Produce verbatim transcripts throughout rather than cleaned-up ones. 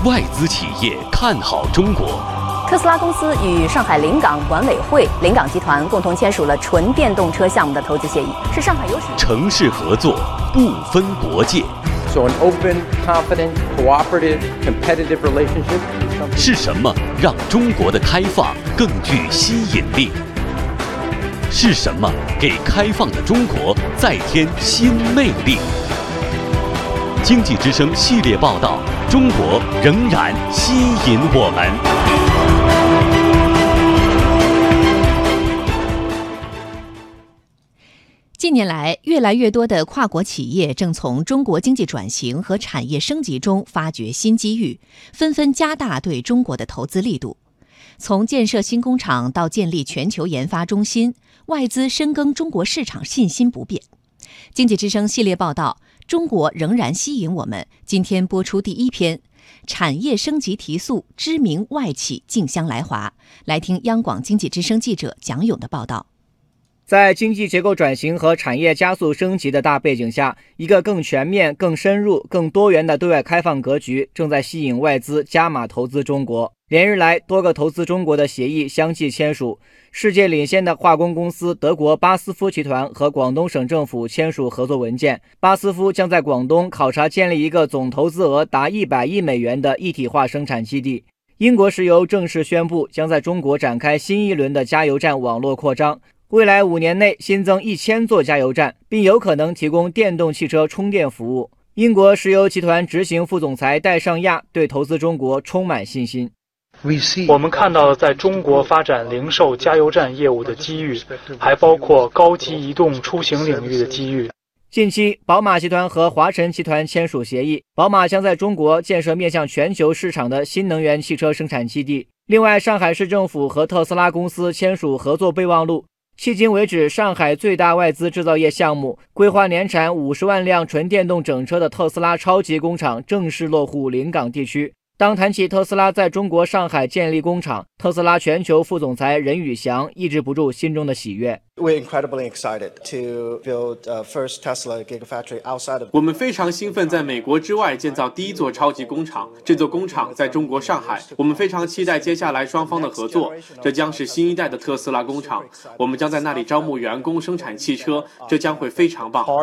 外资企业看好中国。 特斯拉公司与上海临港管委会、临港集团共同签署了纯电动车项目的投资协议，是上海有史城市合作不分国界。 So an open, confident, cooperative, competitive relationship. 是什么让中国的开放更具吸引力？是什么给开放的中国再添新魅力？经济之声系列报道：中国仍然吸引我们。 近年来，越来越多的跨国企业正从中国经济转型和产业升级中发掘新机遇，纷纷加大对中国的投资力度。从建设新工厂到建立全球研发中心，外资深耕中国市场信心不变。经济之声系列报道：中国仍然吸引我们。今天播出第一篇：产业升级提速，知名外企竞相来华。来听央广经济之声记者蒋勇的报道。 在经济结构转型和产业加速升级的大背景下，一个更全面、更深入、更多元的对外开放格局正在吸引外资加码投资中国。连日来，多个投资中国的协议相继签署。世界领先的化工公司德国巴斯夫集团和广东省政府签署合作文件，巴斯夫将在广东考察建立一个总投资额达一百亿美元的一体化生产基地。英国石油正式宣布将在中国展开新一轮的加油站网络扩张。未来五年内新增一千座加油站，并有可能提供电动汽车充电服务。英国石油集团执行副总裁戴尚亚对投资中国充满信心。 我们看到在中国发展零售加油站业务的机遇，还包括高级移动出行领域的机遇。 近期，宝马集团和华晨集团签署协议，宝马将在中国建设面向全球市场的新能源汽车生产基地。另外，上海市政府和特斯拉公司签署合作备忘录。迄今为止，上海最大外资制造业项目规划年产五十万辆纯电动整车的特斯拉超级工厂正式落户临港地区。当谈起特斯拉在中国上海建立工厂，特斯拉全球副总裁任宇翔抑制不住心中的喜悦。 我们非常兴奋在美国之外建造第一座超级工厂，这座工厂在中国上海。我们非常期待接下来双方的合作，这将是新一代的特斯拉工厂，我们将在那里招募员工生产汽车，这将会非常棒。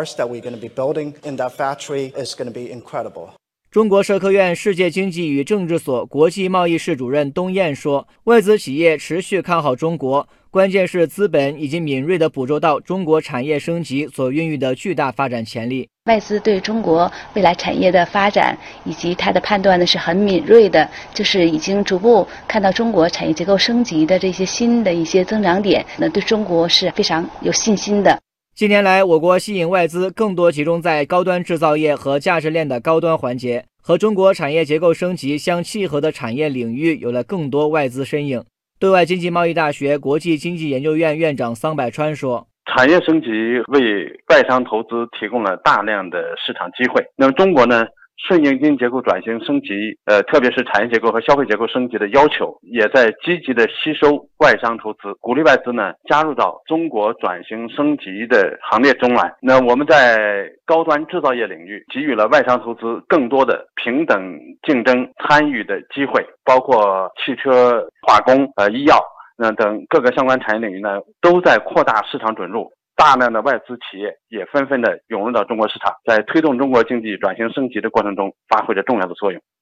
中国社科院世界经济与政治所国际贸易室主任东燕说，外资企业持续看好中国，关键是资本已经敏锐地捕捉到中国产业升级所孕育的巨大发展潜力。 外资对中国未来产业的发展以及它的判断呢是很敏锐的，就是已经逐步看到中国产业结构升级的这些新的一些增长点，那对中国是非常有信心的。 近年来，我国吸引外资更多集中在高端制造业和价值链的高端环节，和中国产业结构升级相契合的产业领域有了更多外资身影。对外经济贸易大学国际经济研究院院长桑百川说， 产业升级为外商投资提供了大量的市场机会。那么中国呢，顺应经济结构转型升级，呃，特别是产业结构和消费结构升级的要求，也在积极的吸收外商投资，鼓励外资呢加入到中国转型升级的行列中来。那我们在高端制造业领域给予了外商投资更多的平等竞争参与的机会，包括汽车、化工、呃医药那等各个相关产业领域呢，都在扩大市场准入。大量的外资企业也纷纷的涌入到中国市场，在推动中国经济转型升级的过程中发挥着重要的作用。